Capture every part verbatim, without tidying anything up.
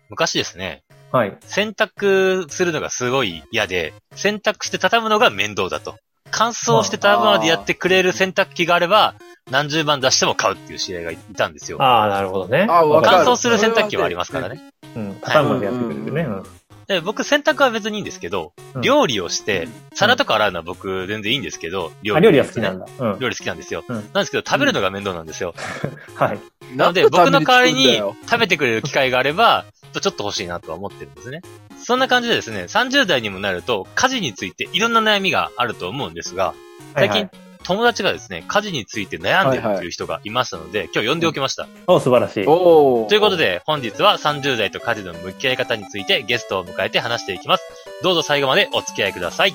昔ですね、 はい。 洗濯するのがすごい嫌で、洗濯して畳むのが面倒だと。乾燥して畳むまでやってくれる洗濯機があれば、何十万出しても買うっていう知り合いがいたんですよ。 ああ、なるほどね。 あわかる乾燥する洗濯機はありますからね。 うん。畳むまでやってくれるね。うん。 で僕、洗濯は別にいいんですけど、 うん料理をして、皿とか洗うのは僕全然いいんですけど、 あ、料理は好きなんだ。うん。 料理好きなんですよ。 うんなんですけど、食べるのが面倒なんですよ。 はい。 なので、僕の代わりになんで食べてくれる機会があれば、ちょっと欲しいなとは思ってるんですね。そんな感じでですね、さんじゅう代にもなると、家事についていろんな悩みがあると思うんですが、最近、 はいはい、 友達がですね、家事について悩んでるという人がいましたので、はいはい、今日呼んでおきました。 お、素晴らしい。 おということで、本日はさんじゅう代と家事の向き合い方についてゲストを迎えて話していきます。どうぞ最後までお付き合いください。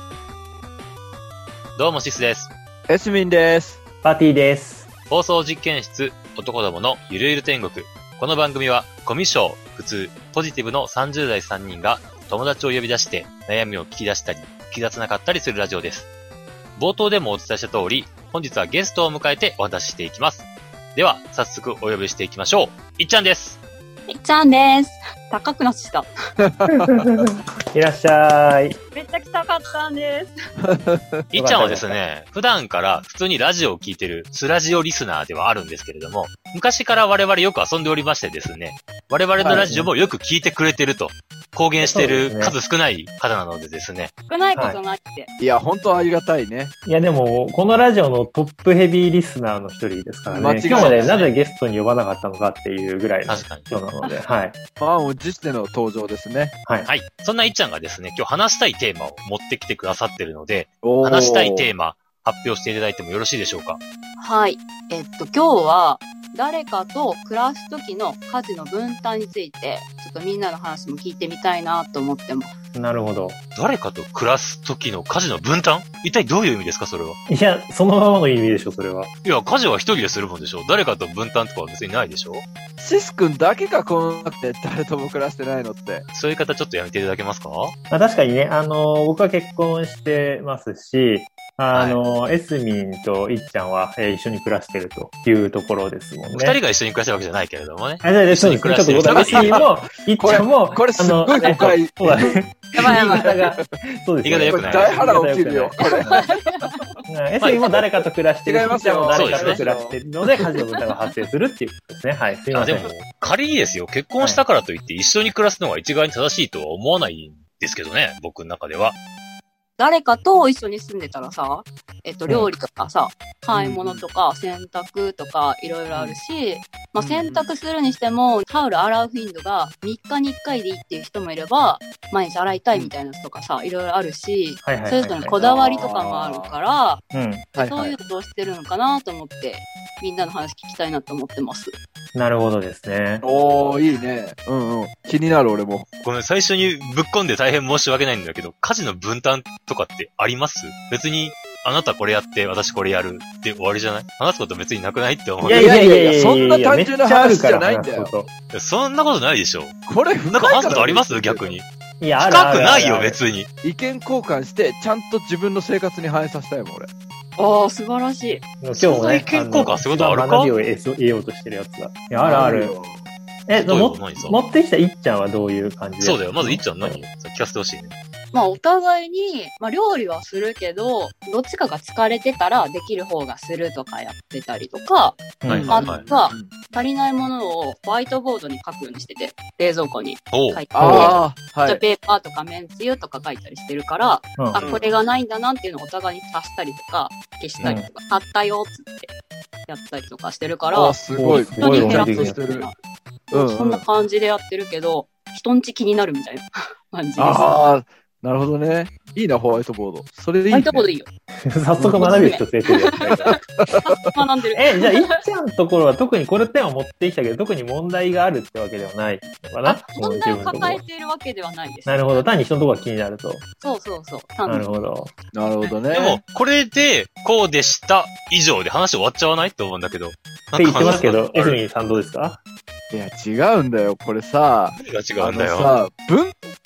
どうもシスです。 エスミンです。 パーティーです。 放送実験室、男どものゆるゆる天国。この番組は、コミュ障、普通、ポジティブのさんじゅう代さんにんが友達を呼び出して悩みを聞き出したり、聞き出せなかったりするラジオです。冒頭でもお伝えした通り、本日はゲストを迎えてお話ししていきます。では、早速お呼びしていきましょう。いっちゃんです。 いっちゃんです。高くなってきた。 いらっしゃい。 めっちゃ来たかったんです。 いっちゃんはですね、普段から普通にラジオを聞いてるスラジオリスナーではあるんですけれども、昔から我々よく遊んでおりましてですね、我々のラジオもよく聞いてくれてると公言してる数少ない方なのでですね。 少ないことないって。 いや、本当ありがたいね。 いや、でも、このラジオのトップヘビーリスナーの一人ですからね。 間違いない今日までなぜゲストに呼ばなかったのかっていうぐらいの確かに人なので、はい。 まあ、もう実しての登場ですね。 はい。 はい。そんないっちゃんがですね、今日話したいテーマを持ってきてくださってるので、 おー話したいテーマ発表していただいてもよろしいでしょうか。 はい。えっと、今日は、誰かと暮らす時の家事の分担について、ちょっとみんなの話も聞いてみたいなと思ってます。 なるほど。 誰かと暮らす時の家事の分担？一体どういう意味ですか、それは。 いや、そのままの意味でしょ、それは。 いや、家事は一人でするもんでしょ。誰かと分担とかは別にないでしょ。 シス君だけかこうなって誰とも暮らしてないのって。 そういう方ちょっとやめていただけますか？ まあ、確かにね、あの、僕は結婚してますし、あの、はい、エスミンとイッちゃんは、えー、一緒に暮らしてるというところですもんね。 二人が一緒に暮らしてるわけじゃないけれどもね。 あ、じゃあ、一緒に暮らしてる。エスミンも、イッちゃんも、 これすっごい誤解。 そうだね。 やばいやばい。 言い方が、そうですね。 言い方良くない。 大腹起きるよ、これ。 エスミンも誰かと暮らしてる。イッちゃんも誰かと暮らしてるので、家事の分担が発生するっていうことですね。はい、すいません。 あ、でも、仮にですよ、結婚したからといって一緒に暮らすのが一概に正しいとは思わないんですけどね、僕の中では。 誰かと一緒に住んでたらさ、えっと、料理とかさ、うん、買い物とか洗濯とかいろいろあるし、まあ、洗濯するにしても、タオル洗う頻度がみっかにいっかいでいいっていう人もいれば、毎日洗いたいみたいなやつとかさ、いろいろあるし、そういう人のこだわりとかもあるから、うん、そういうのどうしてるのかなと思って、みんなの話聞きたいなと思ってます。 なるほどですね。 おー、いいね。うんうん。気になる俺も。 ごめん、最初にぶっこんで大変申し訳ないんだけど、家事の分担とかってあります？別に、あなたこれやって、私これやるって終わりじゃない？話すこと別になくないって思う。 いやいやいやいや、そんな単純な話じゃないんだよ。 そんなことないでしょ。 これ、 なんか話すことあります？逆に。 いや、 深くないよ、別に。 意見交換して、ちゃんと自分の生活に反映させたいもん、俺。 ああ、素晴らしい。 今日もね、 意見交換することあるか？ 学びを得ようとしてるやつだ。いや、あるある。え、も、持ってきたいっちゃんはどういう感じで？ そうだよ。まずいっちゃん何？聞かせてほしいね。 まあ、お互いに、まあ、料理はするけど、どっちかが疲れてたらできる方がするとかやってたりとか、 うん、 あとは、足りないものをホワイトボードに書くようにしてて、冷蔵庫に書いて、 ああ、じゃあペーパーとかめんつゆとか書いたりしてるから、うん、あ、これがないんだなっていうのをお互いに足したりとか、消したりとか、買、うん、ったよっつってやったりとかしてるから、 あ、すごい、 人に減らすしてる。うん、そんな感じでやってるけど、人んち気になるみたいな感じです。 ああ、なるほどね。いいな、ホワイトボード。それでいい、ね。 ホワイトボードいいよ。 早速学びる人連れてるやつ。 学んでる。 え、じゃあ、いっちゃんのところは特にこれ点を持ってきたけど、特に問題があるってわけではないのかな？ 問題を抱えているわけではないです。 なるほど。単に人のところが気になると。 そうそうそう。 なるほど。 なるほどね。 でも、これで、こうでした以上で話終わっちゃわないって思うんだけど。 って言ってますけど、エフミンさんどうですか？ いや、違うんだよ。これさ。 何が違うんだよ。 さ、分担っ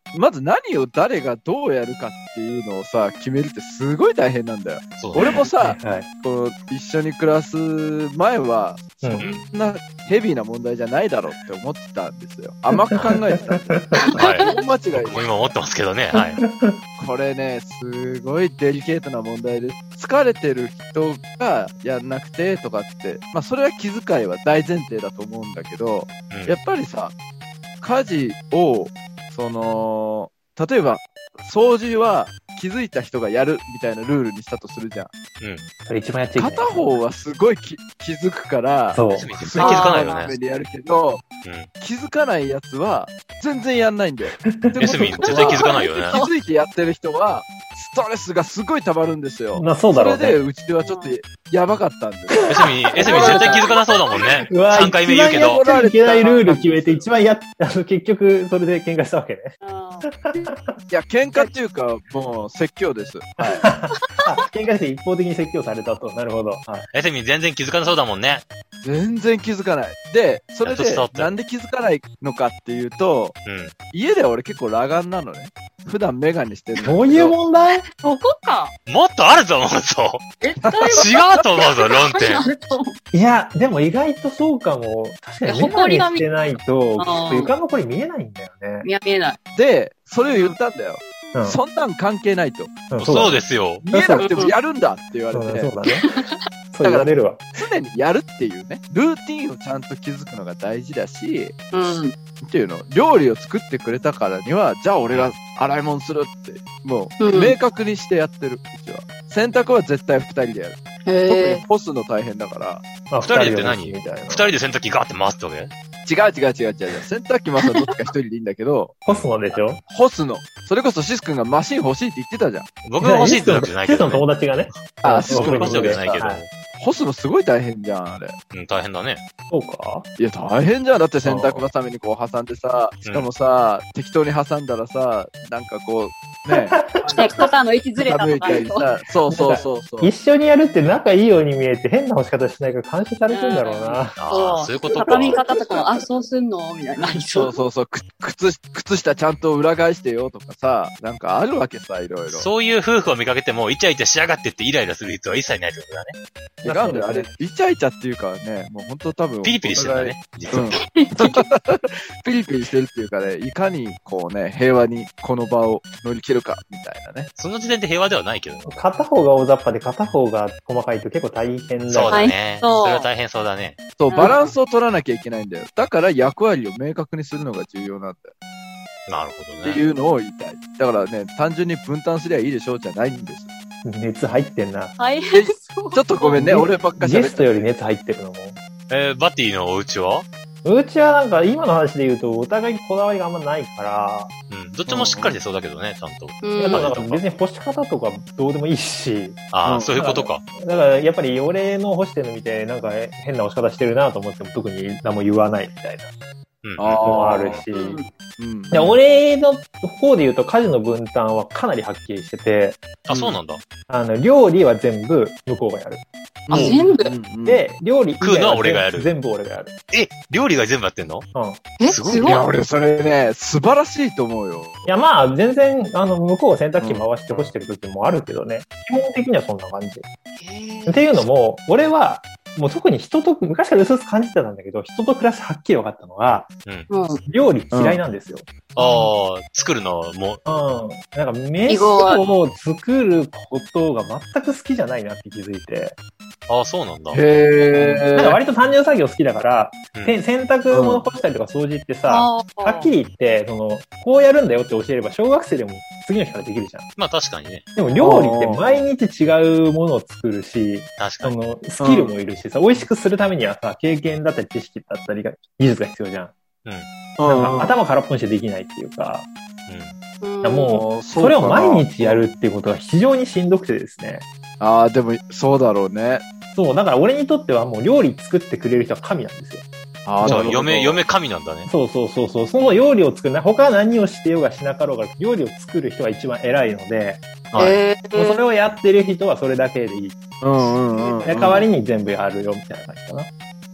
まず何を誰がどうやるかっていうのをさ、決めるってすごい大変なんだよ。 そうね俺もさ、 はい。 この一緒に暮らす前は、そうんんなヘビーな問題じゃないだろうって思ってたんですよ。甘く考えてたんですよ。 はい。 大間違い僕も今思ってますけどね。はい。 これね、すごいデリケートな問題で、疲れてる人がやんなくてとかって、まあそれは気遣いは大前提だと思うんだけど、 うんやっぱりさ、家事を、その、例えば、掃除は気づいた人がやるみたいなルールにしたとするじゃん。 それ一番やっちゃいけない。 片方はすごいき気づくから、 そう。 絶対気づかないよね。 でやるけど、 うん。 気づかないやつは全然やんないんだよ。 エスミン絶対気づかないよね。 気づいてやってる人は、ストレスがすごい溜まるんですよ。 まあそうだろうそれで、 ね。 うちではちょっとやばかったんですよ。 エスミン、エスミン絶対気づかなそうだもんね。 うわさんかいめ言うけど一番やっ。ちゃいけないルール決めて、一番やっ、あの、結局、それで喧嘩したわけね。 いや、喧嘩っていうか、もう説教です。はい。 あ、喧嘩して一方的に説教されたと。なるほど。はい。 エスミン全然気づかなそうだもんね。 全然気づかない。で、それでやっと伝わっ、たよなんで気づかないのかっていうと、 うん。 家では俺結構裸眼なのね。普段メガネしてるんだけど。 どういう問題そこか。 もっとあると思うぞ。 絶対違うと思うぞ、論点。 あると思う。 いや、でも意外とそうかも。確かにいやメガネ埃が見してないとあー、 床のこれ見えないんだよね。 いや、見えない。 で、それを言ったんだよ。 うん。 そんなん関係ないと。 うんそうでですよ。 見えなくてもやるんだって言われて、 そうだそうだね。そう言われるわ。 常にやるっていうね、ルーティンをちゃんと気づくのが大事だし、 うん。 っていうの、料理を作ってくれたからには、じゃあ俺が洗い物するって、もう、 うん明確にしてやってる、うちは。洗濯は絶対二人でやる。特へに干すの大変だから。 まあ、 二人でって何みたいな。 二人で洗濯機ガーって回すってわけ違う違う違う違う違う。洗濯機またどっちか一人でいいんだけど、 干すのでしょ干すの。それこそシス君がマシン欲しいって言ってたじゃん。 僕が欲しいってわけじゃないけシスのど、ね。 友達がね。 あ、 そう僕が欲しいわけじゃないけど。 はい干すのすごい大変じゃん、あれ。 うん、大変だね。 そうかいや、大変じゃん。だって洗濯のためにこう挟んでさ、しかもさ、適当に挟んだらさ、なんかこう、ね、 え。肩の位置ずれた傾いとかたりさ、そうそうそうそう。 一緒にやるって仲いいように見えて変な干し方しないから監視されてんだろうな。 ああ、そういうことか。 畳み方とかも、あ、そうすんのみたいになりそそうう。そうそう、く靴、靴下ちゃんと裏返してよとかさ、なんかあるわけさ、いろいろ。 そういう夫婦を見かけても、イチャイチャしやがってってイライラする必要は一切ないってことだね。 違うんだよ、あれ。イチャイチャっていうかね、もう本当多分。 ピリピリしてるんだね、実は。 うん。ピリピリしてるっていうかね、いかにこうね、平和にこの場を乗り切るか、みたいなね。 その時点で平和ではないけど。 片方が大雑把で片方が細かいと結構大変だよそうだね。 はいそうそれは大変そうだね。 そう、 うんバランスを取らなきゃいけないんだよ。だから役割を明確にするのが重要なんだよ。 なるほどね。 っていうのを言いたい。だからね、単純に分担すりゃいいでしょうじゃないんです。 熱入ってんな。 大変そう。 ちょっとごめんね、俺ばっかゲ喋って。 ストより熱入ってるのも。 えー、バッティのお家はうちはなんか今の話で言うとお互いにこだわりがあんまないから、 うん。どっちもしっかりしてそうだけどね、ちゃんと。 うんいやだから別に干し方とかどうでもいいし、 ああ、 うんそういうことか。 だからやっぱり俺の干してるの見てなんか変な干し方してるなと思っても特に何も言わないみたいなうん。 あのもあるし、 うん。 で俺の方で言うと家事の分担はかなりはっきりしてて、 あ、そうなんだ。 あの、料理は全部向こうがやる。 あ、全部うん、 で、料理以外食うのは俺がやる全部俺がやる。 え、料理が全部やってんのうん。いえ、 すごいすごい。 いや、俺それね、素晴らしいと思うよ。 や、まあ、全然、あの、向こう洗濯機回して干してる時もあるけどね。基本的にはそんな感じ。 へーっていうのも、俺は、もう特に人と、昔からうすうす感じてたんだけど、人と暮らしはっきり分かったのが、 うん。 料理嫌いなんですよ。 ああ、作るのも、 うん。なんか、飯を作ることが全く好きじゃないなって気づいて。 ああ、そうなんだ。 へなんか割と単純作業好きだから、 うんて洗濯物干したりとか掃除ってさ、 あーはっきり言って、その、こうやるんだよって教えれば、小学生でも次の日からできるじゃん。 まあ確かにね。 でも料理って毎日違うものを作るし、 確かに。 その、スキルもいるしさ、美味しくするためにはさ、経験だったり知識だったりが、技術が必要じゃん。 うんなんか頭空っぽにしてできないっていうか、 うん。 うんいやもう、 うそれを毎日やるっていうことが非常にしんどくてですね。 ああ、でも、そうだろうね。 そう、だから俺にとってはもう料理作ってくれる人は神なんですよ。 あじゃあ、 なるほど嫁、嫁神なんだね。 そうそうそうそう。その料理を作るな、他は何をしてようがしなかろうが、料理を作る人が一番偉いので、 はい。 へもうそれーをやってる人はそれだけでいい。 うんうんうんうん。 で代わりに全部やるよ、みたいな感じかな。 い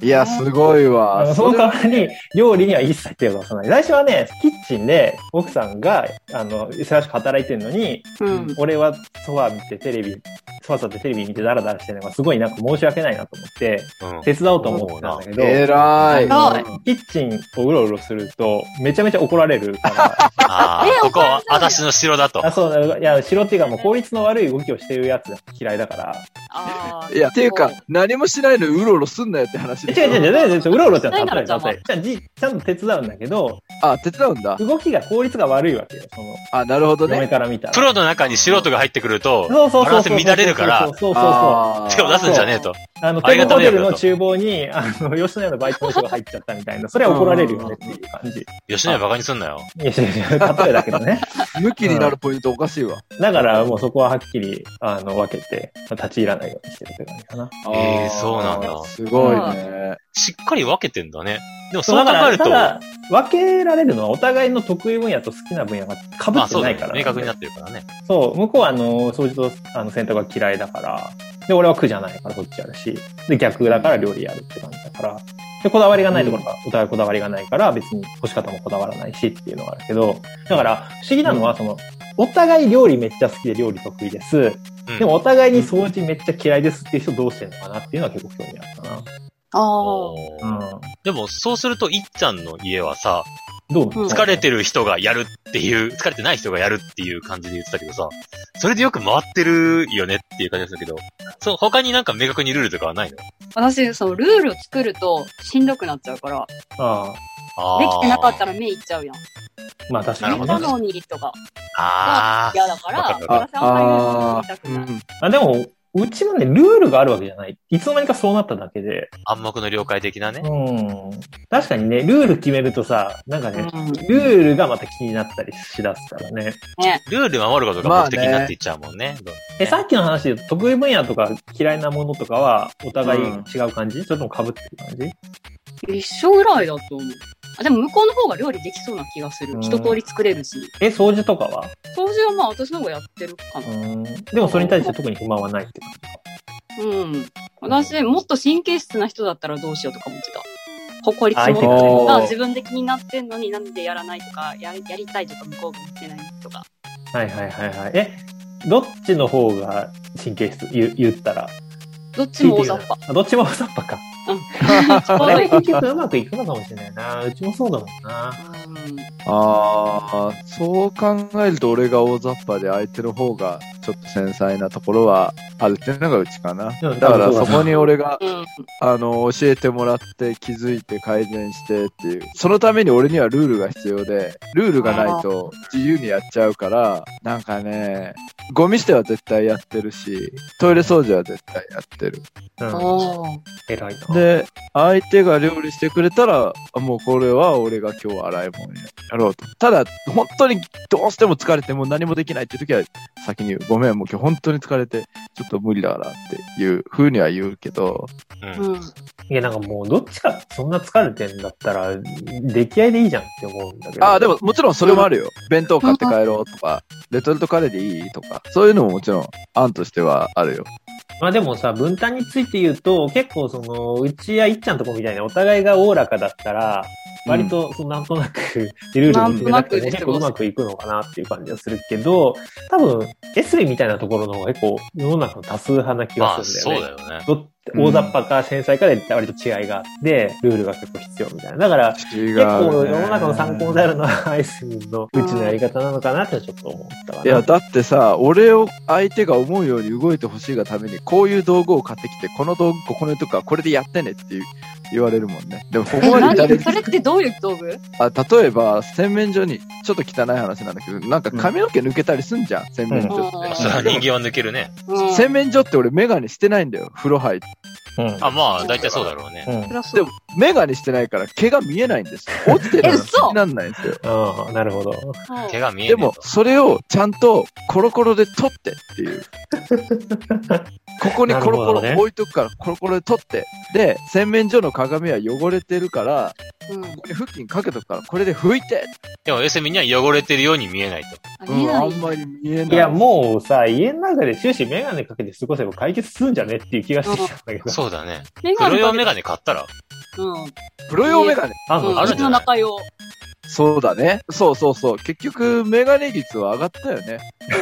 いや、すごいわ。 その代わりに、料理には一切手を出さない。最初はね、キッチンで奥さんが、あの、忙しく働いてるのに、 うん。 俺はソファー見てテレビ、ソファー座ってテレビ見てダラダラしてるのがすごいなんか申し訳ないなと思って、 うん。 手伝おうと思ってたんだけど、 えらい。 はい。 キッチンをうろうろすると、めちゃめちゃ怒られるから、 ああ、ここは私の城だと。 あ、そうだ、いや、城っていうかもう効率の悪い動きをしてるやつが嫌いだから。 あいや、ていうか、何もしないのにうろうろすんなよって話でしょ。 違う違う違う、違う違う、うろうろってのは例えないなら例え。じゃあじ、ちゃんと手伝うんだけど、 あ、手伝うんだ。 動きが効率が悪いわけよ、その、 あ、なるほど嫁ね。 から見たら。 プロの中に素人が入ってくると、 そうそうそうそう。 バランス乱れるからそうそうそうそう。 あー手を出すんじゃねえと。 あの、 ありがたテレホテルの迷惑だと厨房に、あの、吉野家のバイトの人が入っちゃったみたいな、それは怒られるよねっていう感じ。 吉野家バカにすんなよ。 いやいやいや、例えだけどね。 向きになるポイントおかしいわ。 だからもうそこははっきり、あの、分けて、立ち入らないようにしてるって感じかな。 えーそうなんだすごいね。 しっかり分けてんだね。でもそそうう考えると、 だからただ分けられるのはお互いの得意分野と好きな分野が被まあってないから、 そうだね。明確になってるからね。 そう、向こうはあの、掃除とあの洗濯が嫌いだから、で、俺は苦じゃないからそっちやるし、で、逆だから料理やるって感じだから、で、こだわりがないところが、お互いこだわりがないから、別に干し方もこだわらないしっていうのがあるけど、だから、不思議なのは、その、お互い料理めっちゃ好きで料理得意です。 うんでもお互いに掃除めっちゃ嫌いですっていう人どうしてんのかなっていうのは結構興味あったな。 あ。あおーうでも、そうすると、いっちゃんの家はさ、 ん。どう、 うん疲れてる人がやるっていう、疲れてない人がやるっていう感じで言ってたけどさ、それでよく回ってるよねっていう感じだけど、そう、他になんか明確にルールとかはないの？ 私、そのルールを作るとしんどくなっちゃうから、 ああ。 あーできてなかったら目いっちゃうやん。 まあ確かにねなるほど。 なのにとかあが嫌だから、 わかるあ私、あんまりあ言いたくない。 ーうん。 あ、でも、うちもね、ルールがあるわけじゃない。いつの間にかそうなっただけで。 あ、暗黙の了解的なね。 うん。確かにね、ルール決めるとさ、なんかね、 うんルールがまた気になったりしだすからね。 ね。 ルール守ることが目的になっていっちゃうもんね。どんどんねえ、さっきの話で言うと、得意分野とか嫌いなものとかは、お互いうん違う感じ、それとも被ってる感じ一緒ぐらいだと思う。あ、でも向こうの方が料理できそうな気がする。 うん一通り作れるし。 え、掃除とかは掃除はまあ私の方がやってるかな。 うん。でもそれに対して特に不満はないって感じか。 うん。私、もっと神経質な人だったらどうしようとか思ってた。ほこり積もって相手るのがが自分で気になってんのになんでやらないとか、ややりたいとか向こうが言ってないとか。 はいはいはいはい。え、どっちの方が神経質言言ったら。 どっちも大雑把。 あどっちも大雑把か。 ちょうこどいい。 れ結局うまくいくのかもしれないな。うちもそうだもんな。 うんああ、そう考えると俺が大雑把で相手の方がちょっと繊細なところはあるっていうのがうちかな。 うんだからそこに俺が、 うん。 あの、教えてもらって気づいて改善してっていう。そのために俺にはルールが必要で、ルールがないと自由にやっちゃうから、なんかね、ゴミ捨ては絶対やってるし、トイレ掃除は絶対やってる。 うん。 おー。 偉いな。 で、相手が料理してくれたら、あもうこれは俺が今日洗い物やろうと。ただ、本当にどうしても疲れてもう何もできないっていう時は先に言う。ごめん、もう今日本当に疲れて、ちょっと無理だからっていう風には言うけど、 うん。 うん。 いや、なんかもう、どっちかそんな疲れてんだったら、出来合いでいいじゃんって思うんだけど。 ああ、でももちろんそれもあるよ。弁当買って帰ろうとか、レトルトカレーでいいとか、そういうのももちろん案としてはあるよ。 まあでもさ、分担について言うと、結構その、うちやいっちゃんとこみたいなお互いがおおらかだったら、割と、そのなんとなく、ルールを決めなくても結構うまくいくのかなっていう感じがするけど、多分、エスビーみたいなところの方が結構世の中の多数派な気まあ、 がすそるんだよね。 うだよね。 ど大雑把か繊細かで割と違いがあって、ルールが結構必要みたいな。だから、 違う、ね。 結構世の中の参考になるのはアイスミンのうちのやり方なのかなってちょっと思ったかな。 いや、だってさ、俺を相手が思うように動いてほしいがために、こういう道具を買ってきて、この道具ここのとか、これでやってねっていう言われるもんね。でも、ここえ、 まで至れ何それってどういう道具？ あ、例えば、洗面所に、ちょっと汚い話なんだけど、なんか髪の毛抜けたりすんじゃん、洗面所って。 うんそれは人間は抜けるね。 うん。 洗面所って俺メガネしてないんだよ、風呂入って。 うん。 あ、まあ、大体そうだろうね。 うん。 そりゃそうでも、メガネしてないから毛が見えないんですよ。落ちてるのが気になんないんですよ。 ああ、なるほど。 うん毛が見えねえでも、それをちゃんとコロコロで取ってっていう。ここにコロコロ置いとくから、コロコロで取って。で、洗面所の鏡は汚れてるから、 うん。 ここに布巾かけとくから、これで拭いて。 でも、エスミには汚れてるように見えないと。 うん、 あ見えない。 あんまり見えない。 いや、もうさ、家の中で終始メガネかけて過ごせば解決するんじゃねっていう気がしてきたんだけど。 そうだね。 メガネプロ用メガネ買ったらうん。 プロ用メガネ。 うん。 あんのあるんじゃないの中用。 そうだね。そうそうそう。結局、メガネ率は上がったよね。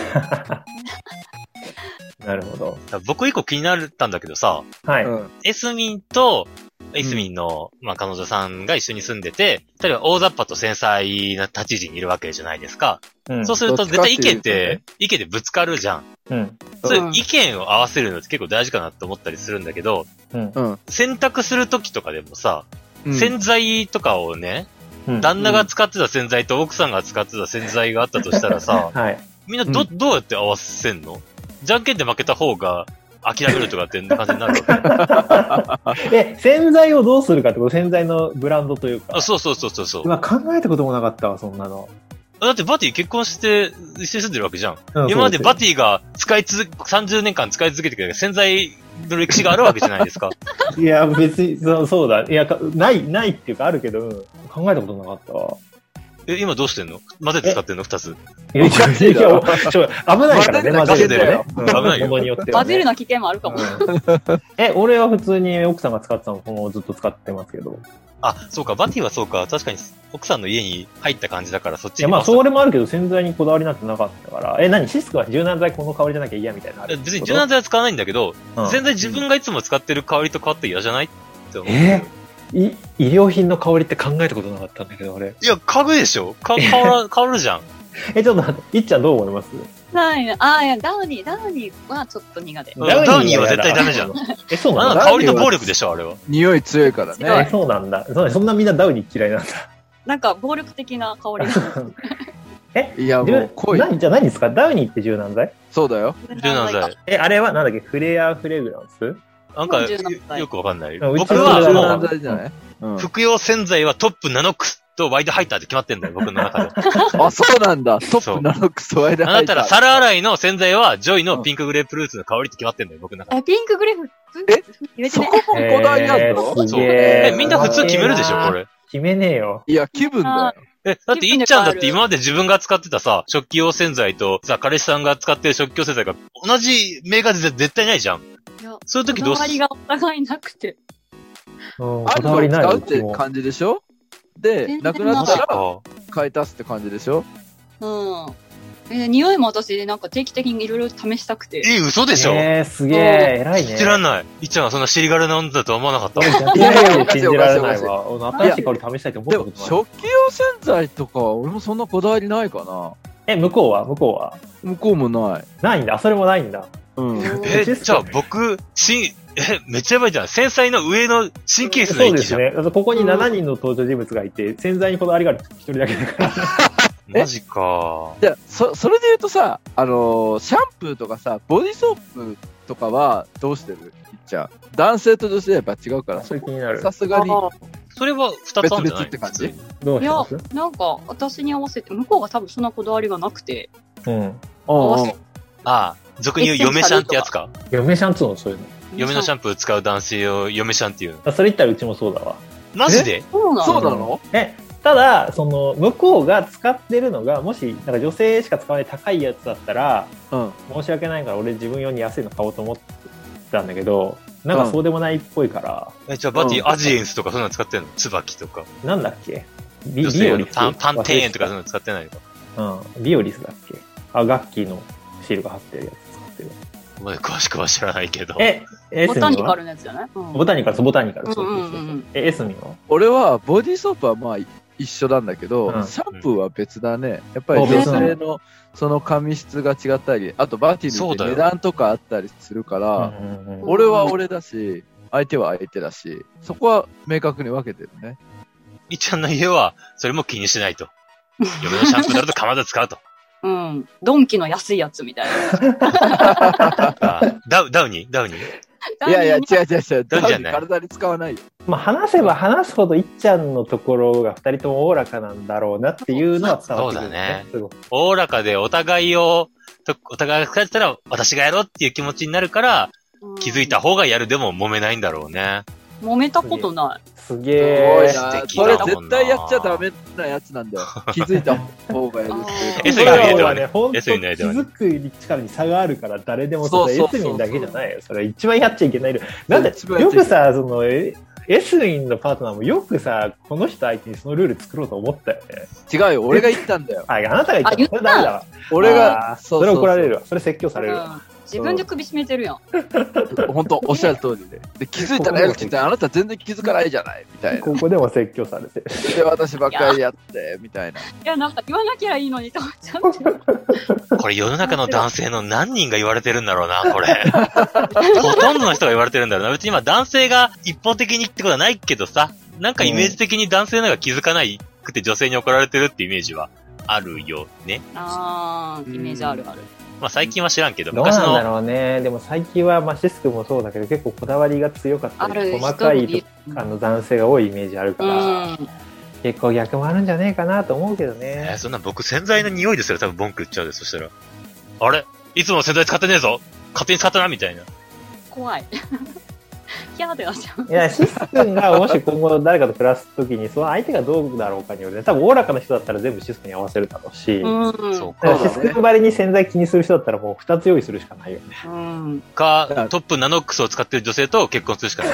なるほど。 僕一個気になったんだけどさ、 はい。 うん。 エスミンと、エスミンの、まあ、彼女さんが一緒に住んでて、例えば大雑把と繊細な立ち位置にいるわけじゃないですか。 うんそうするとどっちか絶対意見っっていうとねて、意見でぶつかるじゃん。 うん。 そういう意見を合わせるのって結構大事かなって思ったりするんだけど、 うん。 うん。 洗濯するときとかでもさ、 うん洗剤とかをね、 うん。 旦那が使ってた洗剤と奥さんが使ってた洗剤があったとしたらさ、 はい。 みんなど、 うどうやって合わせんの？じゃんけんで負けた方が諦めるとかって感じになるわけ。 え、洗剤をどうするかってこと、洗剤のブランドというか。 あそうそうそうそうそう。 今考えたこともなかったわ、そんなの。 だってバティ結婚して一緒に住んでるわけじゃん。 うん今までバィティが使い続け、さんじゅうねんかん使い続けてくれる洗剤の歴史があるわけじゃないですか。 いや、別に、そうそうだ。いや、かない、ないっていうかあるけど、うん考えたことなかったわ。 え、今どうしてんの？混ぜて使ってんの？二つ。 いや、いや、いやちょ危ないからね、 混混ぜるなぜるとね。 危ないよものによっては、ね。 混ぜるな危険もあるかも。 うんえ、俺は普通に奥さんが使ってたのをずっと使ってますけど。 あ、そうか、バティはそうか、確かに奥さんの家に入った感じだからそっちいや、まあ、 に回したそれもあるけど、洗剤にこだわりなんてなかったから。え、何シスクは柔軟剤この香りじゃなきゃ嫌みたいなのある別に柔軟剤は使わないんだけど、 うん洗剤自分がいつも使ってる香りと変わって嫌じゃないって思う。 えい医療品の香りって考えたことなかったんだけど、俺。 いや、嗅ぐでしょか、香ら、香るじゃん。 え、ちょっと待って、いっちゃんどう思いますないな。あーいや、ダウニー、ダウニーはちょっと苦手。 うんダウニーは絶対ダメじゃん。 え、そうあなんだの香りの暴力でしょ、あれは。 匂い強いから強ねえ、。そうなんだ。そそんなみんなダウニー嫌いなんだ。 なんか暴力的な香りが。 え、 いや、も柔う濃い。 何じゃあ何ですかダウニーって柔軟剤そうだよ。 柔軟剤。 え、あれはなんだっけフレアフレグランスなんか、 柔軟剤よくわかんない。 うん僕うちのはも柔軟う、 柔軟剤じゃないうん。 服用洗剤はトップナノックスとワイドハイターって決まってんだよ、僕の中で。 あ、そうなんだ。トップナノックスワイドハイター。 あなたら皿洗いの洗剤はジョイのピンクグレープフルーツの香りって決まってんだよ、僕の中で。 え、ピンクグレフ。 え入れてね。 そこもこだわりあるのえーすそう。 げええ、みんな普通決めるでしょ、これ。 決めねえよ。 いや、気分だよ。 え、だっていっちゃんだって今まで自分が使ってたさ、食器用洗剤とさ、彼氏さんが使ってる食器用洗剤が同じメーカーで絶対ないじゃん。 いやそういう時どうすこだわりがお互いなくて。 うん、 あるのをこだわりない使うってうちも感じでしょで、 全然なくなマったらジか。 買い足すって感じでしょうん。え、匂いも私、なんか定期的にいろいろ試したくて。 え、嘘でしょえー、すげえ、偉いね。 信じらんない。いっちゃんはそんな尻軽な女だとは思わなかった。 俺逆にいやいや信じられないわ。俺新しい香り試したいと思っでも、 たことない。 食器用洗剤とかは俺もそんなこだわりないかな。 え、向こうは向こうは向こうもない。 ないんだ。あそれもないんだ。 うん。 え、じゃあ僕、しん、え、めっちゃやばいじゃん。繊細の上の神経質な域じゃん。 そうですね。だからここにしちにんの登場人物がいて、洗剤にこだわりがある一人だけだから。 マジか。 じゃあ、そ、それで言うとさ、あのーシャンプーとかさ、ボディーソープとかはどうしてるいっちゃん。男性と女性はやっぱ違うから、 それ気になる。 さすがに。 あそれは二つあるんじゃない別々って感じ普通にどういやします、 なんか、私に合わせて、向こうが多分そんなこだわりがなくて、 うん。 うんうん合わせああ、俗に言う嫁シャンってやつか。 嫁シャンつうのそういうの。 嫁のシャンプー使う男性を嫁シャンっていうの。 あそれ言ったらうちもそうだわ。 マジでそうなのそうなのえ、ただ、その、向こうが使ってるのが、もし、なんか女性しか使わない高いやつだったら、 うん。 申し訳ないから俺自分用に安いの買おうと思ってたんだけど、なんかそうでもないっぽいから、 え、じゃあバティ、 うんアジエンスとかそんなの使ってんの椿とか。 なんだっけビ女性用ビオリスのパン、パンテーンとかそういう忘れての使ってないのか。 たうん。ビオリスだっけあ、ガッキーのシールが貼ってるやつ使ってる。 まだ詳しくは知らないけど。 え、エスミンはボタニカルのやつじゃない、うんボタニカル、そうボタニカル。そうそうそううんうんうんうんえ、エスミンは俺は、ボディーソープはまあ、一緒なんだけど、 うんシャンプーは別だね。やっぱりあ女別なの性の、その髪質が違ったり、あとバティルって値段とかあったりするから、 うんうんうん俺は俺だし、相手は相手だし、そこは明確に分けてるね。 いっちゃんの家は、それも気にしないと。嫁のシャンプーだるとかまど使うと。 うん。ドンキの安いやつみたいあダウ、ダウニーダウニーな。 いやいや、違う違う違う。 ダウンじゃない体に使わないよ。 まあ話せば話すほどいっちゃんのところが二人ともおおらかなんだろうなっていうのは伝わってくる、 そうだねすごくおおらかでお互いを、とお互いが使ってたら私がやろうっていう気持ちになるから、気づいた方がやるでも揉めないんだろうね。 揉めたことない。 すげえ。 すごいな。それ絶対やっちゃダメなやつなんだよ。気づいた方がいいです。 エスミンの家ではね。 エスミンの家ではね。気づく力に差があるから誰でもそう。エスミンだけじゃないよ。それ一番やっちゃいけない。なんで、よくさ、その、エスミンのパートナーもよくさ、この人相手にそのルール作ろうと思ったよね。 違うよ。俺が言ったんだよ。 あ、あなたが言ったの。それダメだわ。 俺が、 それ怒られるわ。それ説教されるわ。 自分で首絞めてるやん。 本当おっしゃる通りで。で気づいたらエルキってあなた全然気づかないじゃないみたいな。 ここでも説教されて。 で私ばっかりやってみたいな。いやなんか言わなきゃいいのにと思っちゃう。 これ世の中の男性の何人が言われてるんだろうなこれ。ほとんどの人が言われてるんだろうな。別に今男性が一方的にってことはないけどさ、なんかイメージ的に男性の方が気づかないくて女性に怒られてるってイメージはあるよね。 あーイメージあるある。 まあ最近は知らんけど、 どうなんだろうね。でも最近は、まあシスクもそうだけど、結構こだわりが強かったり、細かいあの男性が多いイメージあるから、結構逆もあるんじゃねえかなと思うけどね。 えー、そんな僕洗剤の匂いですよ、多分文句言っちゃうで、そしたら。あれいつも洗剤使ってねえぞ勝手に使ったなみたいな。 怖い。キャーってなっちゃう。 いや、シス君がもし今後誰かと暮らすときに、その相手がどうだろうかによるね。多分、おおらかな人だったら全部シス君に合わせるだろうし、 うん、 そうか。シス君ばりに洗剤気にする人だったらもう二つ用意するしかないよね。 うん、 か、トップナノックスを使ってる女性と結婚するしかない。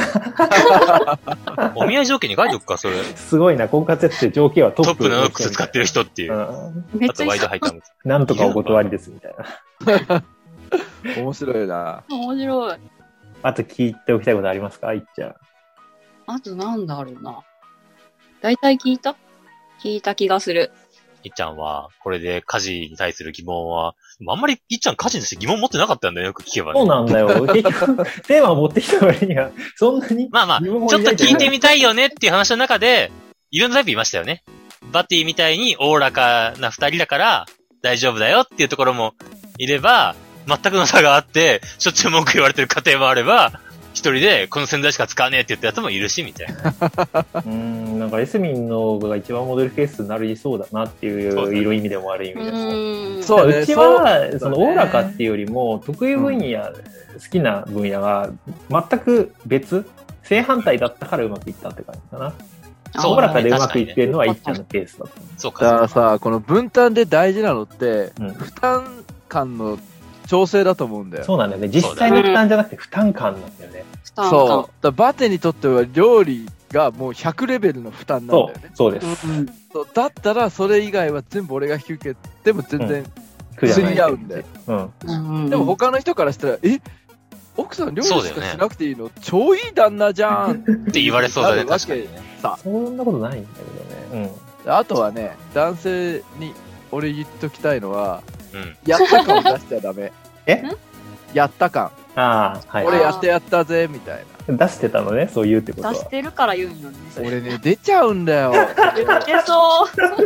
お見合い条件に書いておくか、それ。 すごいな、婚活やって条件はトップ。 トップナノックス使ってる人っていう。うん、あとワイドハイタム。 なんとかお断りですみたいな。 面白いな。 面白い。 あと聞いておきたいことありますか、いっちゃん。 あとなんだろうな。だいたい聞いた聞いた気がする。 いっちゃんは、これで家事に対する疑問は、あんまりいっちゃん家事にして疑問持ってなかったんだよ、よく聞けばね。 そうなんだよ。結局、テーマを持ってきた割には、そんなに。 まあまあ、ちょっと聞いてみたいよねっていう話の中で、いろんなタイプいましたよね。バティみたいにおおらかな二人だから、大丈夫だよっていうところもいれば、全くの差があって、しょっちゅう文句言われてる家庭もあれば、一人でこの洗剤しか使わねえって言ったやつもいるし、みたいな。 うーん、なんかエスミンのが一番モデルケースになりそうだなっていう、いろ意味でも悪い意味でも。そう、ね、うちは、その、おおらかっていうよりも、得意分野、好きな分野が全く別、正反対だったからうまくいったって感じかな。おおらかでうまくいってるのは一ちゃんのケースだと。 そうか。 だからさ、この分担で大事なのって、うん、負担感の調整だと思うんだよ。 そうなんだよね。実際の負担じゃなくて負担感なんだよね。 そう。だバテにとっては料理がもうひゃくレベルの負担なんだよね。 そう、そうです。うん、 そうだったらそれ以外は全部俺が引き受けても全然釣り合うんだよ。うん。でも他の人からしたら、え奥さん料理しかしなくていいの、ね、超いい旦那じゃんって言われそうだね。確かにね。 そんなことないんだけどね。 うん。あとはね、男性に俺言っときたいのは、うん、やった感を出しちゃダメ。 えやった感。 ああ、はい。 俺やってやったぜ、みたいな。 出してたのね、そう言うってことは。 出してるから言うんよね。 俺ね、出ちゃうんだよ。 出そう。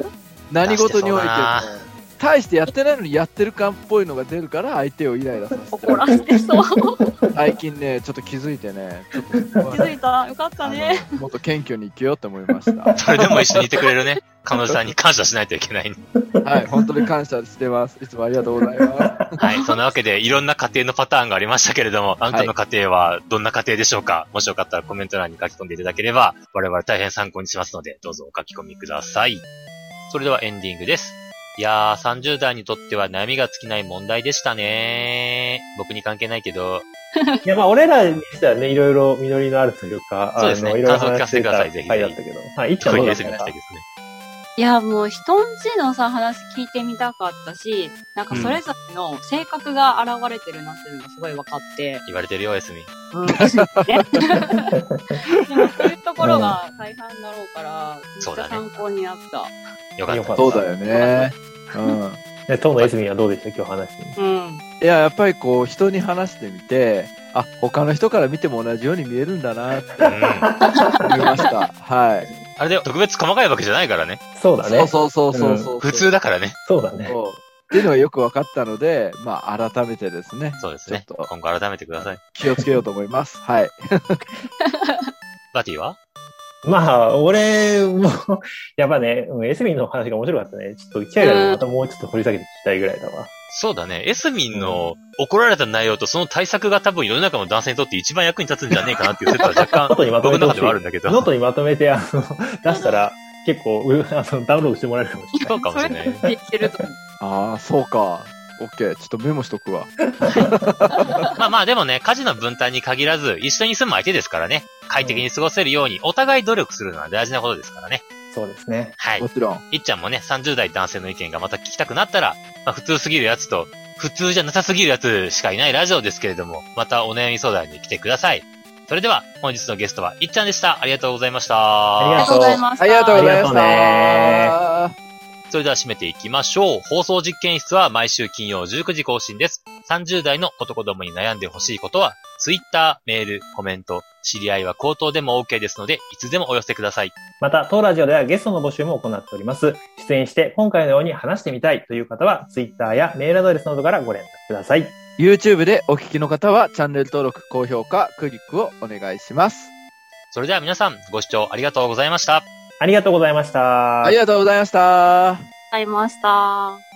何事においても。大してやってないのにやってる感っぽいのが出るから相手をイライラさせて。 怒らせてそう。 最近ね、ちょっと気づいてね。ちょっと気づいたよかったね。 もっと謙虚に生きようって思いました。 それでも一緒にいてくれるね。彼女さんに感謝しないといけない、ね。 はい、本当に感謝してます。いつもありがとうございます。 はい、そんなわけでいろんな家庭のパターンがありましたけれども、あなたの家庭はどんな家庭でしょうか、はい、もしよかったらコメント欄に書き込んでいただければ、我々大変参考にしますので、どうぞお書き込みください。それではエンディングです。いやー、さんじゅう代にとっては悩みが尽きない問題でしたね。僕に関係ないけど。 いや、まあ、俺らにしてはね、いろいろ実りのあるというか、 そうですね。 いろいろ感想聞かせてください、ぜひ。 はい、だったけど。はい、いっちゃんどうだったか。 いや、もう人んちのさ、話聞いてみたかったし、なんかそれぞれの性格が現れてるなっていうのがすごい分かって。 言われてるよ、エスミ。 うん。ね、でもそういうところが大半だろうから、めっちゃ参考になった。 よかった。 そうだよね。うん。 で、当のエスミンはどうでした今日話してみて。 うん。 いや、やっぱりこう、人に話してみて、あ、他の人から見ても同じように見えるんだなって思いました。はい。 あれで特別細かいわけじゃないからね。 そうだね。 そうそうそうそう、うん。 普通だからね。 そうだね。 そうっていうのがよく分かったので、まあ改めてですね。 そうですね。今後改めてください。 気をつけようと思います。はい。 バティはまあ、俺も、やっぱね、エスミンの話が面白かったね。ちょっと、キャリアでまたもうちょっと掘り下げて聞きたいぐらいだわ。 そうだね。エスミンの怒られた内容とその対策が多分世の中の男性にとって一番役に立つんじゃねえかなっていう説は若干ノートにまとめてほしい僕の中ではあるんだけど。 ノートにまとめて、あの、出したら、結構、うあの、ダウンロードしてもらえるかもしれない。 そうかもしれない。 それできてると思う。 ああ、そうか。オッケー。ちょっとメモしとくわ。 まあまあでもね、家事の分担に限らず、一緒に住む相手ですからね、快適に過ごせるように、お互い努力するのは大事なことですからね。 そうですね。 はいも。ちろん。 いっちゃんもね、さんじゅう代男性の意見がまた聞きたくなったら、まあ普通すぎるやつと、普通じゃなさすぎるやつしかいないラジオですけれども、またお悩み相談に来てください。それでは、本日のゲストは、いっちゃんでした。ありがとうございました。 ありがとうありがとうございました。 ありがとうございましありた。 それでは締めていきましょう。放送実験室は毎週金曜じゅうくじ更新です。さんじゅう代の男どもに悩んでほしいことは、Twitter、メール、コメント、知り合いは口頭でも OK ですので、いつでもお寄せください。 また、当ラジオではゲストの募集も行っております。出演して今回のように話してみたいという方は、Twitter やメールアドレスなどからご連絡ください。 YouTube でお聞きの方は、チャンネル登録、高評価、クリックをお願いします。 それでは皆さん、ご視聴ありがとうございました。 ありがとうございました。 ありがとうございました。 ありました。